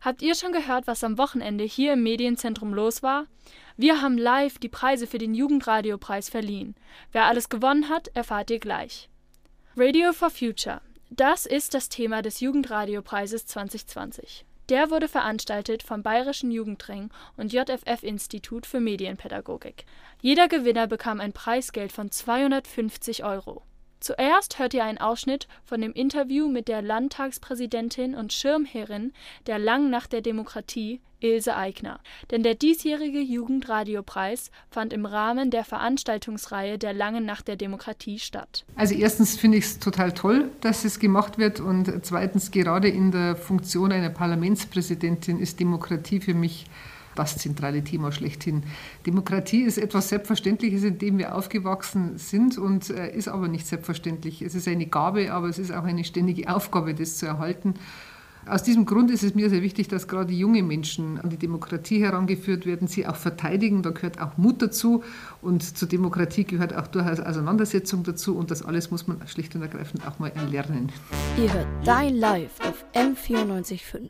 Habt ihr schon gehört, was am Wochenende hier im Medienzentrum los war? Wir haben live die Preise für den Jugendradiopreis verliehen. Wer alles gewonnen hat, erfahrt ihr gleich. Radio for Future. Das ist das Thema des Jugendradiopreises 2020. Der wurde veranstaltet vom Bayerischen Jugendring und JFF-Institut für Medienpädagogik. Jeder Gewinner bekam ein Preisgeld von 250 €. Zuerst hört ihr einen Ausschnitt von dem Interview mit der Landtagspräsidentin und Schirmherrin der Langen Nacht der Demokratie, Ilse Aigner. Denn der diesjährige Jugendradiopreis fand im Rahmen der Veranstaltungsreihe der Langen Nacht der Demokratie statt. Also erstens finde ich es total toll, dass es gemacht wird, und zweitens, gerade in der Funktion einer Parlamentspräsidentin ist Demokratie für mich das zentrale Thema schlechthin. Demokratie ist etwas Selbstverständliches, in dem wir aufgewachsen sind, und ist aber nicht selbstverständlich. Es ist eine Gabe, aber es ist auch eine ständige Aufgabe, das zu erhalten. Aus diesem Grund ist es mir sehr wichtig, dass gerade junge Menschen an die Demokratie herangeführt werden, sie auch verteidigen. Da gehört auch Mut dazu, und zur Demokratie gehört auch durchaus Auseinandersetzung dazu, und das alles muss man schlicht und ergreifend auch mal lernen. Ihr hört Dein Live auf M94.5.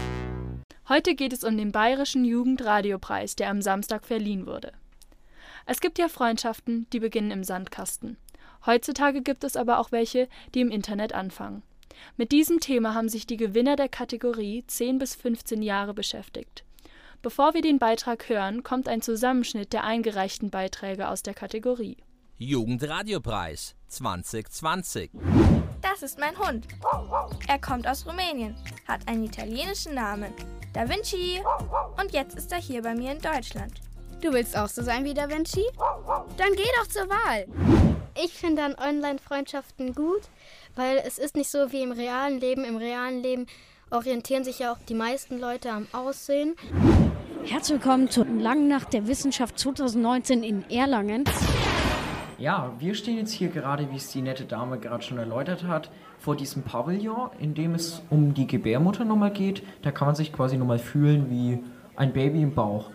Heute geht es um den Bayerischen Jugendradiopreis, der am Samstag verliehen wurde. Es gibt ja Freundschaften, die beginnen im Sandkasten. Heutzutage gibt es aber auch welche, die im Internet anfangen. Mit diesem Thema haben sich die Gewinner der Kategorie 10 bis 15 Jahre beschäftigt. Bevor wir den Beitrag hören, kommt ein Zusammenschnitt der eingereichten Beiträge aus der Kategorie. Jugendradiopreis 2020. Das ist mein Hund. Er kommt aus Rumänien, hat einen italienischen Namen, Da Vinci, und jetzt ist er hier bei mir in Deutschland. Du willst auch so sein wie Da Vinci? Dann geh doch zur Wahl. Ich finde an Online-Freundschaften gut, weil es ist nicht so wie im realen Leben. Im realen Leben orientieren sich ja auch die meisten Leute am Aussehen. Herzlich willkommen zur Langen Nacht der Wissenschaft 2019 in Erlangen. Ja, wir stehen jetzt hier gerade, wie es die nette Dame gerade schon erläutert hat, vor diesem Pavillon, in dem es um die Gebärmutter nochmal geht. Da kann man sich quasi nochmal fühlen wie ein Baby im Bauch.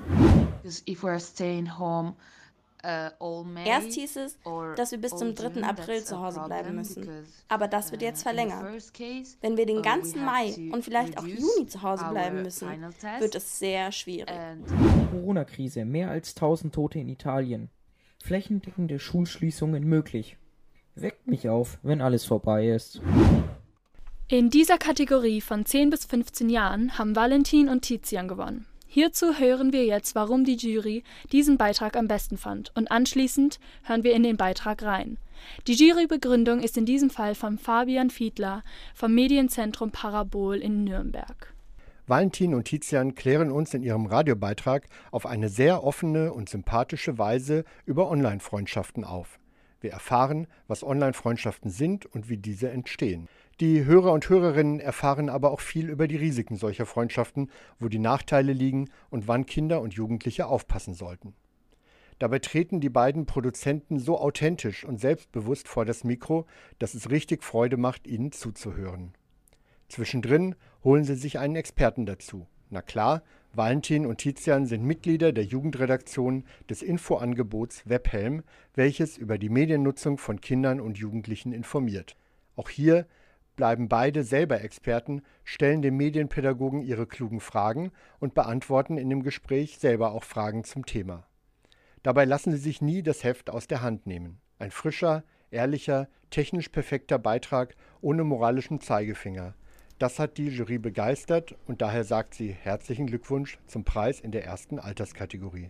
Erst hieß es, dass wir bis zum 3. April zu Hause bleiben müssen. Aber das wird jetzt verlängert. Wenn wir den ganzen Mai und vielleicht auch Juni zu Hause bleiben müssen, wird es sehr schwierig. Corona-Krise, mehr als 1000 Tote in Italien. Flächendeckende Schulschließungen möglich. Weckt mich auf, wenn alles vorbei ist. In dieser Kategorie von 10 bis 15 Jahren haben Valentin und Tizian gewonnen. Hierzu hören wir jetzt, warum die Jury diesen Beitrag am besten fand, und anschließend hören wir in den Beitrag rein. Die Jurybegründung ist in diesem Fall von Fabian Fiedler vom Medienzentrum Parabol in Nürnberg. Valentin und Tizian klären uns in ihrem Radiobeitrag auf eine sehr offene und sympathische Weise über Online-Freundschaften auf. Wir erfahren, was Online-Freundschaften sind und wie diese entstehen. Die Hörer und Hörerinnen erfahren aber auch viel über die Risiken solcher Freundschaften, wo die Nachteile liegen und wann Kinder und Jugendliche aufpassen sollten. Dabei treten die beiden Produzenten so authentisch und selbstbewusst vor das Mikro, dass es richtig Freude macht, ihnen zuzuhören. Zwischendrin holen sie sich einen Experten dazu. Na klar, Valentin und Tizian sind Mitglieder der Jugendredaktion des Infoangebots Webhelm, welches über die Mediennutzung von Kindern und Jugendlichen informiert. Auch hier bleiben beide selber Experten, stellen dem Medienpädagogen ihre klugen Fragen und beantworten in dem Gespräch selber auch Fragen zum Thema. Dabei lassen sie sich nie das Heft aus der Hand nehmen. Ein frischer, ehrlicher, technisch perfekter Beitrag ohne moralischen Zeigefinger. Das hat die Jury begeistert, und daher sagt sie herzlichen Glückwunsch zum Preis in der ersten Alterskategorie.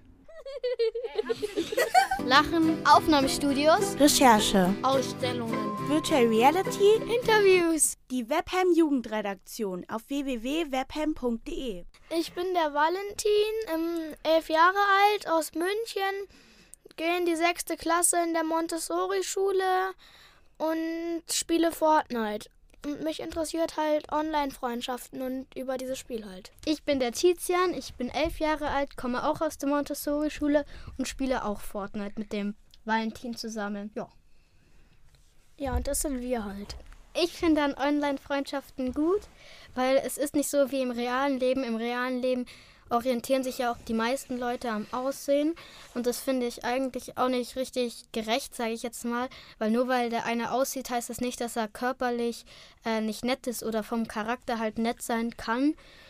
Lachen, Aufnahmestudios, Recherche, Ausstellungen, Virtual Reality, Interviews. die Webhelm Jugendredaktion auf www.webhelm.de. Ich bin der Valentin, 11 Jahre alt, aus München, gehe in die 6. Klasse in der Montessori-Schule und spiele Fortnite. Und mich interessiert halt Online-Freundschaften und über dieses Spiel halt. Ich bin der Tizian, ich bin 11 Jahre alt, komme auch aus der Montessori-Schule und spiele auch Fortnite mit dem Valentin zusammen. Ja, und das sind wir halt. Ich finde an Online-Freundschaften gut, weil es ist nicht so wie im realen Leben. Im realen Leben orientieren sich ja auch die meisten Leute am Aussehen. Und das finde ich eigentlich auch nicht richtig gerecht, sage ich jetzt mal. Weil nur weil der eine aussieht, heißt das nicht, dass er körperlich nicht nett ist oder vom Charakter halt nett sein kann.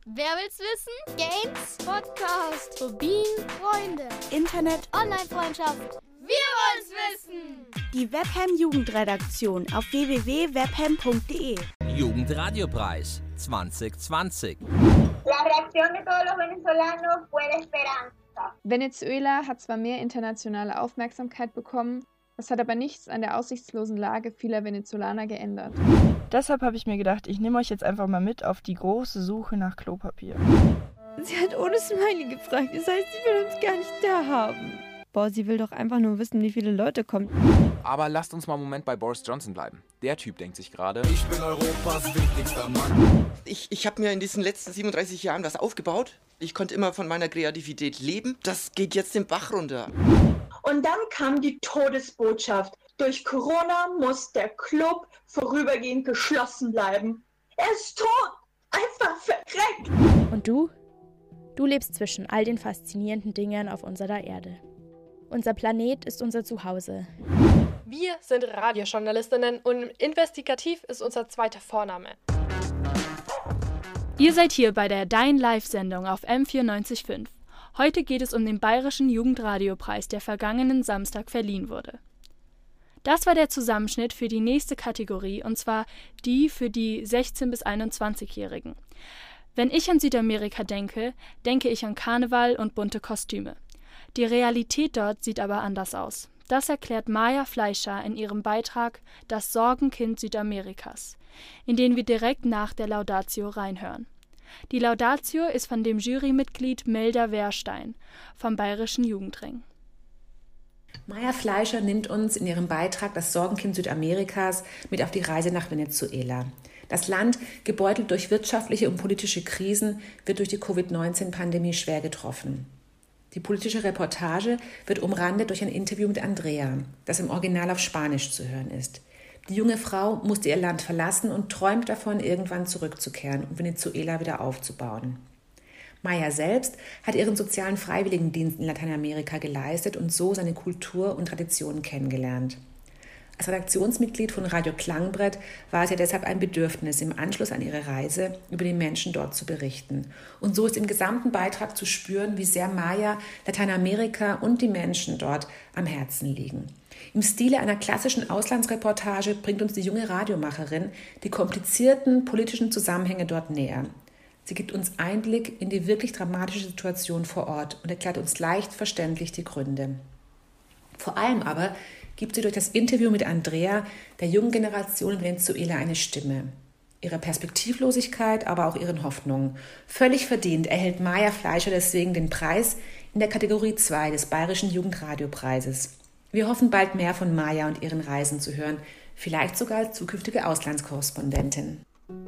Wer will's wissen? Games, Podcast, Rubin, Freunde, Internet, Online-Freundschaft. Wir wollen's wissen! Die Webham-Jugendredaktion auf www.webham.de. Jugendradiopreis 2020. La reacción de todos los venezolanos fue de esperanza. Venezuela hat zwar mehr internationale Aufmerksamkeit bekommen, das hat aber nichts an der aussichtslosen Lage vieler Venezolaner geändert. Deshalb habe ich mir gedacht, ich nehme euch jetzt einfach mal mit auf die große Suche nach Klopapier. Sie hat ohne Smiley gefragt, das heißt, sie will uns gar nicht da haben. Boah, sie will doch einfach nur wissen, wie viele Leute kommen. Aber lasst uns mal einen Moment bei Boris Johnson bleiben. Der Typ denkt sich gerade: Ich bin Europas wichtigster Mann. Ich habe mir in diesen letzten 37 Jahren was aufgebaut. Ich konnte immer von meiner Kreativität leben. Das geht jetzt den Bach runter. Und dann kam die Todesbotschaft. Durch Corona muss der Club vorübergehend geschlossen bleiben. Er ist tot. Einfach verreckt. Und du? Du lebst zwischen all den faszinierenden Dingen auf unserer Erde. Unser Planet ist unser Zuhause. Wir sind Radiojournalistinnen und investigativ ist unser zweiter Vorname. Ihr seid hier bei der Dein Live-Sendung auf M94.5. Heute geht es um den Bayerischen Jugendradiopreis, der vergangenen Samstag verliehen wurde. Das war der Zusammenschnitt für die nächste Kategorie, und zwar die für die 16- bis 21-Jährigen. Wenn ich an Südamerika denke, denke ich an Karneval und bunte Kostüme. Die Realität dort sieht aber anders aus. Das erklärt Maja Fleischer in ihrem Beitrag »Das Sorgenkind Südamerikas«, in den wir direkt nach der Laudatio reinhören. Die Laudatio ist von dem Jurymitglied Melda Wehrstein vom Bayerischen Jugendring. Maja Fleischer nimmt uns in ihrem Beitrag »Das Sorgenkind Südamerikas« mit auf die Reise nach Venezuela. Das Land, gebeutelt durch wirtschaftliche und politische Krisen, wird durch die Covid-19-Pandemie schwer getroffen. Die politische Reportage wird umrandet durch ein Interview mit Andrea, das im Original auf Spanisch zu hören ist. Die junge Frau musste ihr Land verlassen und träumt davon, irgendwann zurückzukehren und Venezuela wieder aufzubauen. Maja selbst hat ihren sozialen Freiwilligendienst in Lateinamerika geleistet und so seine Kultur und Traditionen kennengelernt. Als Redaktionsmitglied von Radio Klangbrett war es ja deshalb ein Bedürfnis, im Anschluss an ihre Reise über die Menschen dort zu berichten. Und so ist im gesamten Beitrag zu spüren, wie sehr Maja Lateinamerika und die Menschen dort am Herzen liegen. Im Stile einer klassischen Auslandsreportage bringt uns die junge Radiomacherin die komplizierten politischen Zusammenhänge dort näher. Sie gibt uns Einblick in die wirklich dramatische Situation vor Ort und erklärt uns leicht verständlich die Gründe. Vor allem aber gibt sie durch das Interview mit Andrea der jungen Generation in Venezuela eine Stimme. Ihre Perspektivlosigkeit, aber auch ihren Hoffnungen. Völlig verdient erhält Maja Fleischer deswegen den Preis in der Kategorie 2 des Bayerischen Jugendradiopreises. Wir hoffen bald mehr von Maja und ihren Reisen zu hören, vielleicht sogar als zukünftige Auslandskorrespondentin.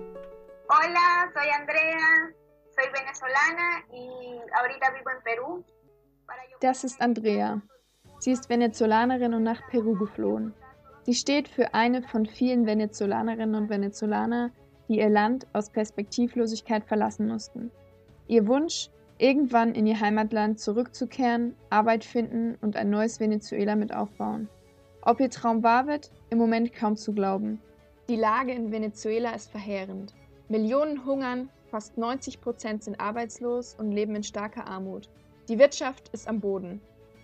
Hola, soy Andrea, soy venezolana y ahorita vivo en Perú. Das ist Andrea. Sie ist Venezolanerin und nach Peru geflohen. Sie steht für eine von vielen Venezolanerinnen und Venezolaner, die ihr Land aus Perspektivlosigkeit verlassen mussten. Ihr Wunsch, irgendwann in ihr Heimatland zurückzukehren, Arbeit finden und ein neues Venezuela mit aufbauen. Ob ihr Traum wahr wird, im Moment kaum zu glauben. Die Lage in Venezuela ist verheerend. Millionen hungern, fast 90% sind arbeitslos und leben in starker Armut. Die Wirtschaft ist am Boden.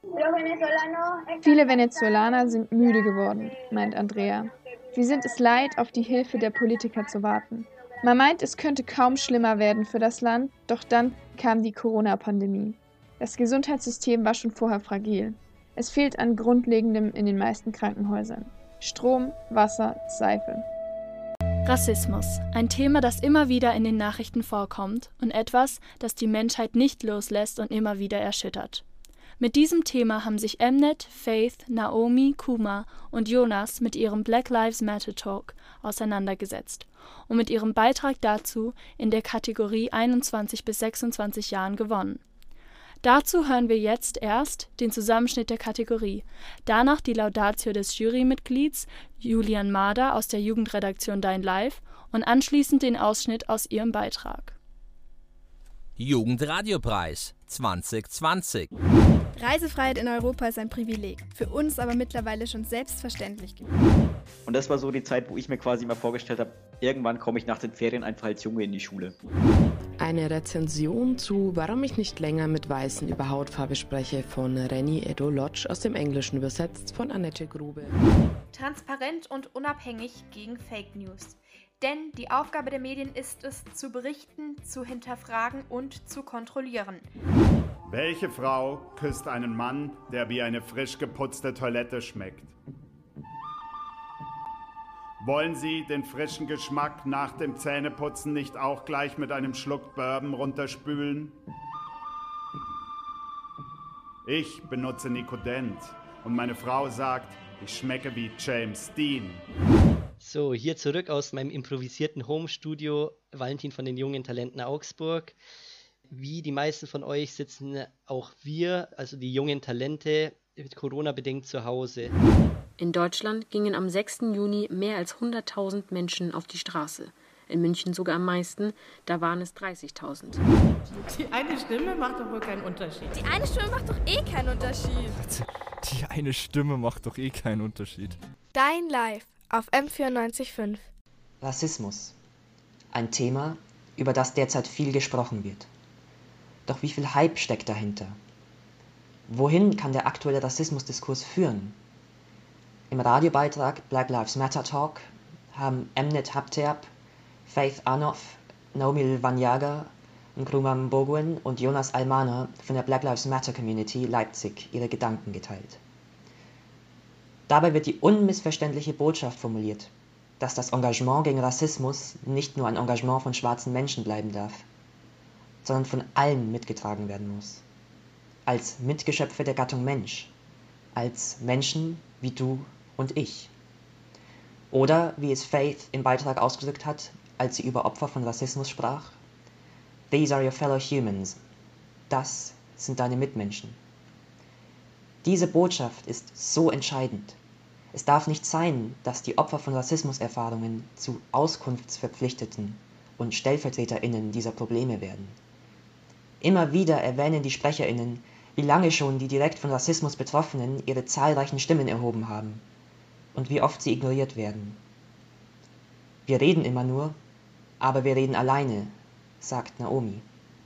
Viele Venezolaner sind müde geworden, meint Andrea. Sie sind es leid, auf die Hilfe der Politiker zu warten. Man meint, es könnte kaum schlimmer werden für das Land, doch dann kam die Corona-Pandemie. Das Gesundheitssystem war schon vorher fragil. Es fehlt an Grundlegendem in den meisten Krankenhäusern. Strom, Wasser, Seife. Rassismus, ein Thema, das immer wieder in den Nachrichten vorkommt und etwas, das die Menschheit nicht loslässt und immer wieder erschüttert. Mit diesem Thema haben sich Mnet, Faith, Naomi, Kuma und Jonas mit ihrem Black Lives Matter Talk auseinandergesetzt und mit ihrem Beitrag dazu in der Kategorie 21 bis 26 Jahren gewonnen. Dazu hören wir jetzt erst den Zusammenschnitt der Kategorie, danach die Laudatio des Jurymitglieds Julian Mader aus der Jugendredaktion Dein Live und anschließend den Ausschnitt aus ihrem Beitrag. Jugendradiopreis 2020. Reisefreiheit in Europa ist ein Privileg, für uns aber mittlerweile schon selbstverständlich geworden. Und das war so die Zeit, wo ich mir quasi mal vorgestellt habe, irgendwann komme ich nach den Ferien einfach als Junge in die Schule. Eine Rezension zu Warum ich nicht länger mit Weißen über Hautfarbe spreche von Renny Edo Lodge, aus dem Englischen übersetzt von Annette Grube. Transparent und unabhängig gegen Fake News. Denn die Aufgabe der Medien ist es, zu berichten, zu hinterfragen und zu kontrollieren. Welche Frau küsst einen Mann, der wie eine frisch geputzte Toilette schmeckt? Wollen Sie den frischen Geschmack nach dem Zähneputzen nicht auch gleich mit einem Schluck Bourbon runterspülen? Ich benutze Nicodent und meine Frau sagt, ich schmecke wie James Dean. So, hier zurück aus meinem improvisierten Home-Studio, Valentin von den jungen Talenten Augsburg. Wie die meisten von euch sitzen auch wir, also die jungen Talente, Corona-bedingt zu Hause. In Deutschland gingen am 6. Juni mehr als 100.000 Menschen auf die Straße. In München sogar am meisten, da waren es 30.000. Die eine Stimme macht doch wohl keinen Unterschied. Die eine Stimme macht doch eh keinen Unterschied. Die eine Stimme macht doch eh keinen Unterschied. Dein Live auf M94.5. Rassismus. Ein Thema, über das derzeit viel gesprochen wird. Doch wie viel Hype steckt dahinter? Wohin kann der aktuelle Rassismusdiskurs führen? Im Radiobeitrag Black Lives Matter Talk haben Mnet Habteab, Faith Arnoff, Naomi Vanyaga, Nkrumah Mbogwen und Jonas Almana von der Black Lives Matter Community Leipzig ihre Gedanken geteilt. Dabei wird die unmissverständliche Botschaft formuliert, dass das Engagement gegen Rassismus nicht nur ein Engagement von schwarzen Menschen bleiben darf, sondern von allen mitgetragen werden muss. Als Mitgeschöpfe der Gattung Mensch, als Menschen wie du und ich. Oder, wie es Faith im Beitrag ausgedrückt hat, als sie über Opfer von Rassismus sprach: These are your fellow humans. Das sind deine Mitmenschen. Diese Botschaft ist so entscheidend. Es darf nicht sein, dass die Opfer von Rassismuserfahrungen zu Auskunftsverpflichteten und StellvertreterInnen dieser Probleme werden. Immer wieder erwähnen die SprecherInnen, wie lange schon die direkt von Rassismus Betroffenen ihre zahlreichen Stimmen erhoben haben und wie oft sie ignoriert werden. Wir reden immer nur, aber wir reden alleine, sagt Naomi.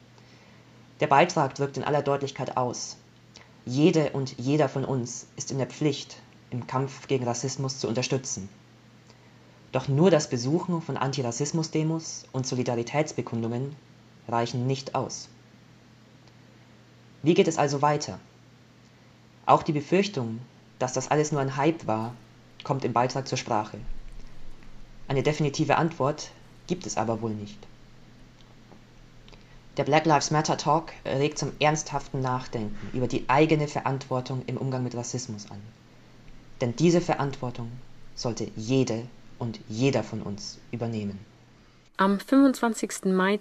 Der Beitrag drückt in aller Deutlichkeit aus: Jede und jeder von uns ist in der Pflicht, im Kampf gegen Rassismus zu unterstützen. Doch nur das Besuchen von Antirassismus-Demos und Solidaritätsbekundungen reichen nicht aus. Wie geht es also weiter? Auch die Befürchtung, dass das alles nur ein Hype war, kommt im Beitrag zur Sprache. Eine definitive Antwort gibt es aber wohl nicht. Der Black Lives Matter Talk regt zum ernsthaften Nachdenken über die eigene Verantwortung im Umgang mit Rassismus an. Denn diese Verantwortung sollte jede und jeder von uns übernehmen. Am 25. Mai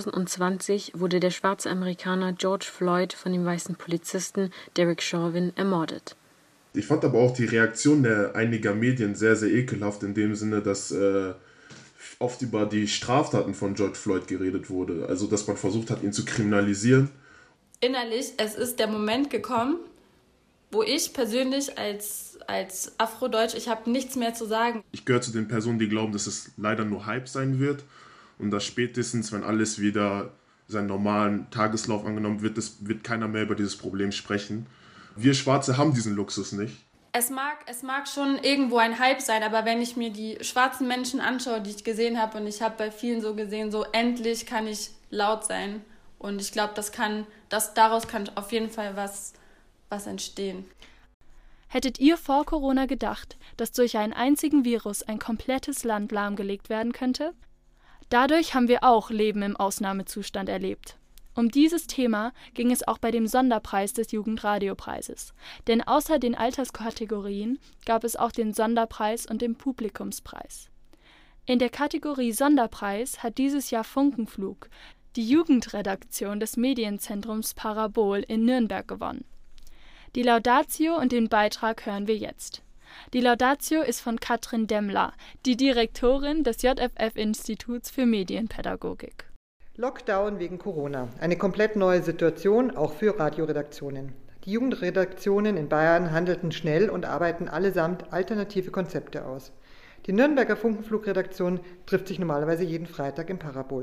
2020 wurde der schwarze Amerikaner George Floyd von dem weißen Polizisten Derek Chauvin ermordet. Ich fand aber auch die Reaktion einiger Medien sehr, sehr ekelhaft, in dem Sinne, dass oft über die Straftaten von George Floyd geredet wurde. Also, dass man versucht hat, ihn zu kriminalisieren. Innerlich, es ist der Moment gekommen, wo ich persönlich als Afrodeutsch, ich habe nichts mehr zu sagen. Ich gehöre zu den Personen, die glauben, dass es leider nur Hype sein wird und dass spätestens, wenn alles wieder seinen normalen Tageslauf angenommen wird, wird keiner mehr über dieses Problem sprechen. Wir Schwarze haben diesen Luxus nicht. Es mag schon irgendwo ein Hype sein, aber wenn ich mir die schwarzen Menschen anschaue, die ich gesehen habe, und ich habe bei vielen so gesehen, so endlich kann ich laut sein. Und ich glaube, daraus kann auf jeden Fall was entstehen. Hättet ihr vor Corona gedacht, dass durch einen einzigen Virus ein komplettes Land lahmgelegt werden könnte? Dadurch haben wir auch Leben im Ausnahmezustand erlebt. Um dieses Thema ging es auch bei dem Sonderpreis des Jugendradiopreises. Denn außer den Alterskategorien gab es auch den Sonderpreis und den Publikumspreis. In der Kategorie Sonderpreis hat dieses Jahr Funkenflug, die Jugendredaktion des Medienzentrums Parabol in Nürnberg, gewonnen. Die Laudatio und den Beitrag hören wir jetzt. Die Laudatio ist von Katrin Demmler, die Direktorin des JFF-Instituts für Medienpädagogik. Lockdown wegen Corona. Eine komplett neue Situation, auch für Radioredaktionen. Die Jugendredaktionen in Bayern handelten schnell und arbeiten allesamt alternative Konzepte aus. Die Nürnberger Funkenflugredaktion trifft sich normalerweise jeden Freitag im Parabol.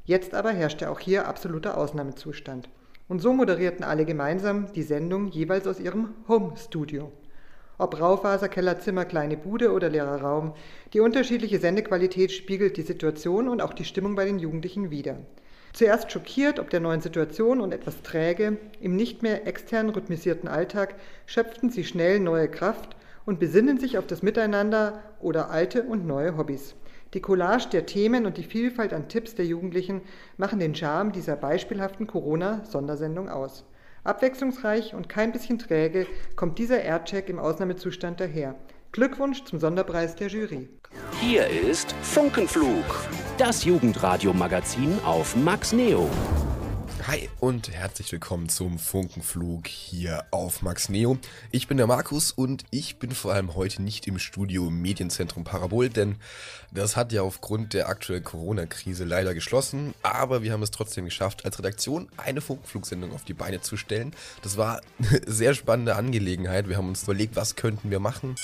Jetzt aber herrschte auch hier absoluter Ausnahmezustand. Und so moderierten alle gemeinsam die Sendung jeweils aus ihrem Home-Studio. Ob Raufaser, Kellerzimmer, kleine Bude oder leerer Raum, die unterschiedliche Sendequalität spiegelt die Situation und auch die Stimmung bei den Jugendlichen wider. Zuerst schockiert ob der neuen Situation und etwas träge, im nicht mehr extern rhythmisierten Alltag, schöpften sie schnell neue Kraft und besinnen sich auf das Miteinander oder alte und neue Hobbys. Die Collage der Themen und die Vielfalt an Tipps der Jugendlichen machen den Charme dieser beispielhaften Corona-Sondersendung aus. Abwechslungsreich und kein bisschen träge kommt dieser Aircheck im Ausnahmezustand daher. Glückwunsch zum Sonderpreis der Jury. Hier ist Funkenflug, das Jugendradio-Magazin auf Max Neo. Hi und herzlich willkommen zum Funkenflug hier auf Max Neo. Ich bin der Markus und ich bin vor allem heute nicht im Studio im Medienzentrum Parabol, denn das hat ja aufgrund der aktuellen Corona-Krise leider geschlossen. Aber wir haben es trotzdem geschafft, als Redaktion eine Funkenflugsendung auf die Beine zu stellen. Das war eine sehr spannende Angelegenheit. Wir haben uns überlegt, was könnten wir machen.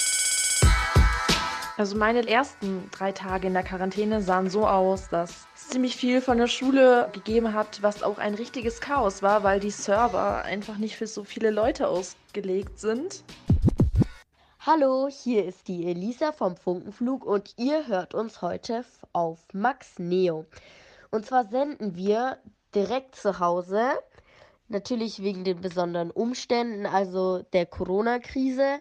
Also meine ersten 3 Tage in der Quarantäne sahen so aus, dass es ziemlich viel von der Schule gegeben hat, was auch ein richtiges Chaos war, weil die Server einfach nicht für so viele Leute ausgelegt sind. Hallo, hier ist die Elisa vom Funkenflug und ihr hört uns heute auf Max Neo. Und zwar senden wir direkt zu Hause, natürlich wegen den besonderen Umständen, also der Corona-Krise.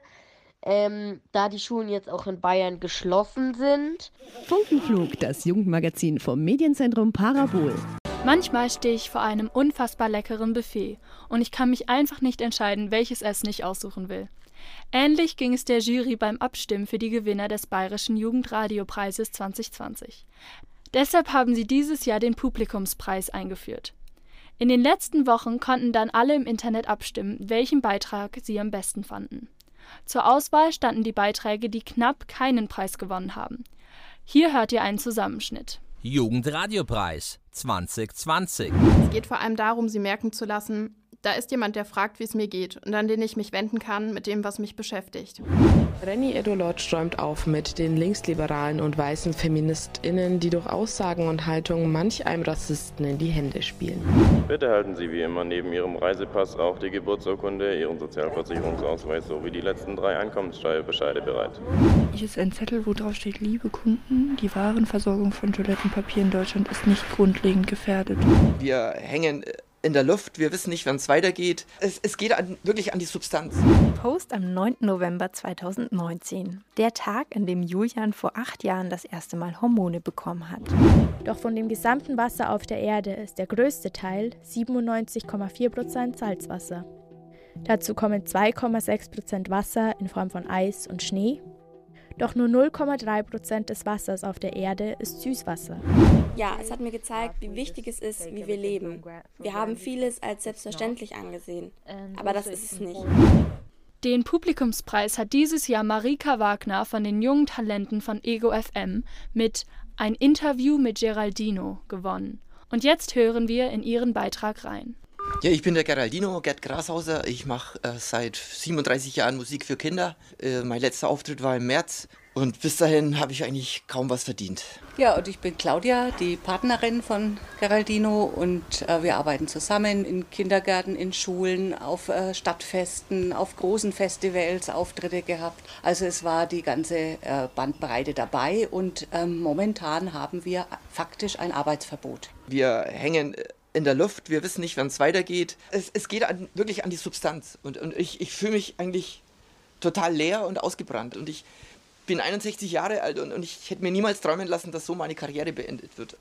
Da die Schulen jetzt auch in Bayern geschlossen sind. Funkenflug, das Jugendmagazin vom Medienzentrum Parabol. Manchmal stehe ich vor einem unfassbar leckeren Buffet und ich kann mich einfach nicht entscheiden, welches Essen ich aussuchen will. Ähnlich ging es der Jury beim Abstimmen für die Gewinner des Bayerischen Jugendradiopreises 2020. Deshalb haben sie dieses Jahr den Publikumspreis eingeführt. In den letzten Wochen konnten dann alle im Internet abstimmen, welchen Beitrag sie am besten fanden. Zur Auswahl standen die Beiträge, die knapp keinen Preis gewonnen haben. Hier hört ihr einen Zusammenschnitt. Jugendradiopreis 2020. Es geht vor allem darum, sie merken zu lassen, da ist jemand, der fragt, wie es mir geht und an den ich mich wenden kann mit dem, was mich beschäftigt. Reni Eddo-Lodge räumt auf mit den linksliberalen und weißen FeministInnen, die durch Aussagen und Haltungen manch einem Rassisten in die Hände spielen. Bitte halten Sie wie immer neben Ihrem Reisepass auch die Geburtsurkunde, Ihren Sozialversicherungsausweis sowie die letzten 3 Einkommenssteuerbescheide bereit. Hier ist ein Zettel, wo drauf steht: Liebe Kunden, die Warenversorgung von Toilettenpapier in Deutschland ist nicht grundlegend gefährdet. Wir hängen in der Luft, wir wissen nicht, wann es weitergeht. Es geht wirklich an die Substanz. Post am 9. November 2019. Der Tag, an dem Julian vor 8 Jahren das erste Mal Hormone bekommen hat. Doch von dem gesamten Wasser auf der Erde ist der größte Teil, 97,4%, Salzwasser. Dazu kommen 2,6% Wasser in Form von Eis und Schnee. Doch nur 0,3% des Wassers auf der Erde ist Süßwasser. Ja, es hat mir gezeigt, wie wichtig es ist, wie wir leben. Wir haben vieles als selbstverständlich angesehen, aber das ist es nicht. Den Publikumspreis hat dieses Jahr Marika Wagner von den jungen Talenten von Ego FM mit Ein Interview mit Geraldino gewonnen. Und jetzt hören wir in ihren Beitrag rein. Ja, ich bin der Geraldino, Gerd Grashauser. Ich mache seit 37 Jahren Musik für Kinder. Mein letzter Auftritt war im März und bis dahin habe ich eigentlich kaum was verdient. Ja, und ich bin Claudia, die Partnerin von Geraldino und wir arbeiten zusammen in Kindergärten, in Schulen, auf Stadtfesten, auf großen Festivals Auftritte gehabt. Also es war die ganze Bandbreite dabei und momentan haben wir faktisch ein Arbeitsverbot. Wir hängen in der Luft, wir wissen nicht, wann es weitergeht. Es geht wirklich an die Substanz und ich fühle mich eigentlich total leer und ausgebrannt und ich bin 61 Jahre alt und ich hätte mir niemals träumen lassen, dass so meine Karriere beendet wird.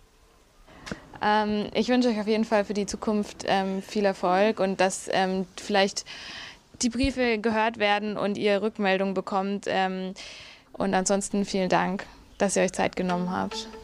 Ich wünsche euch auf jeden Fall für die Zukunft viel Erfolg und dass vielleicht die Briefe gehört werden und ihr Rückmeldungen bekommt. Und ansonsten vielen Dank, dass ihr euch Zeit genommen habt.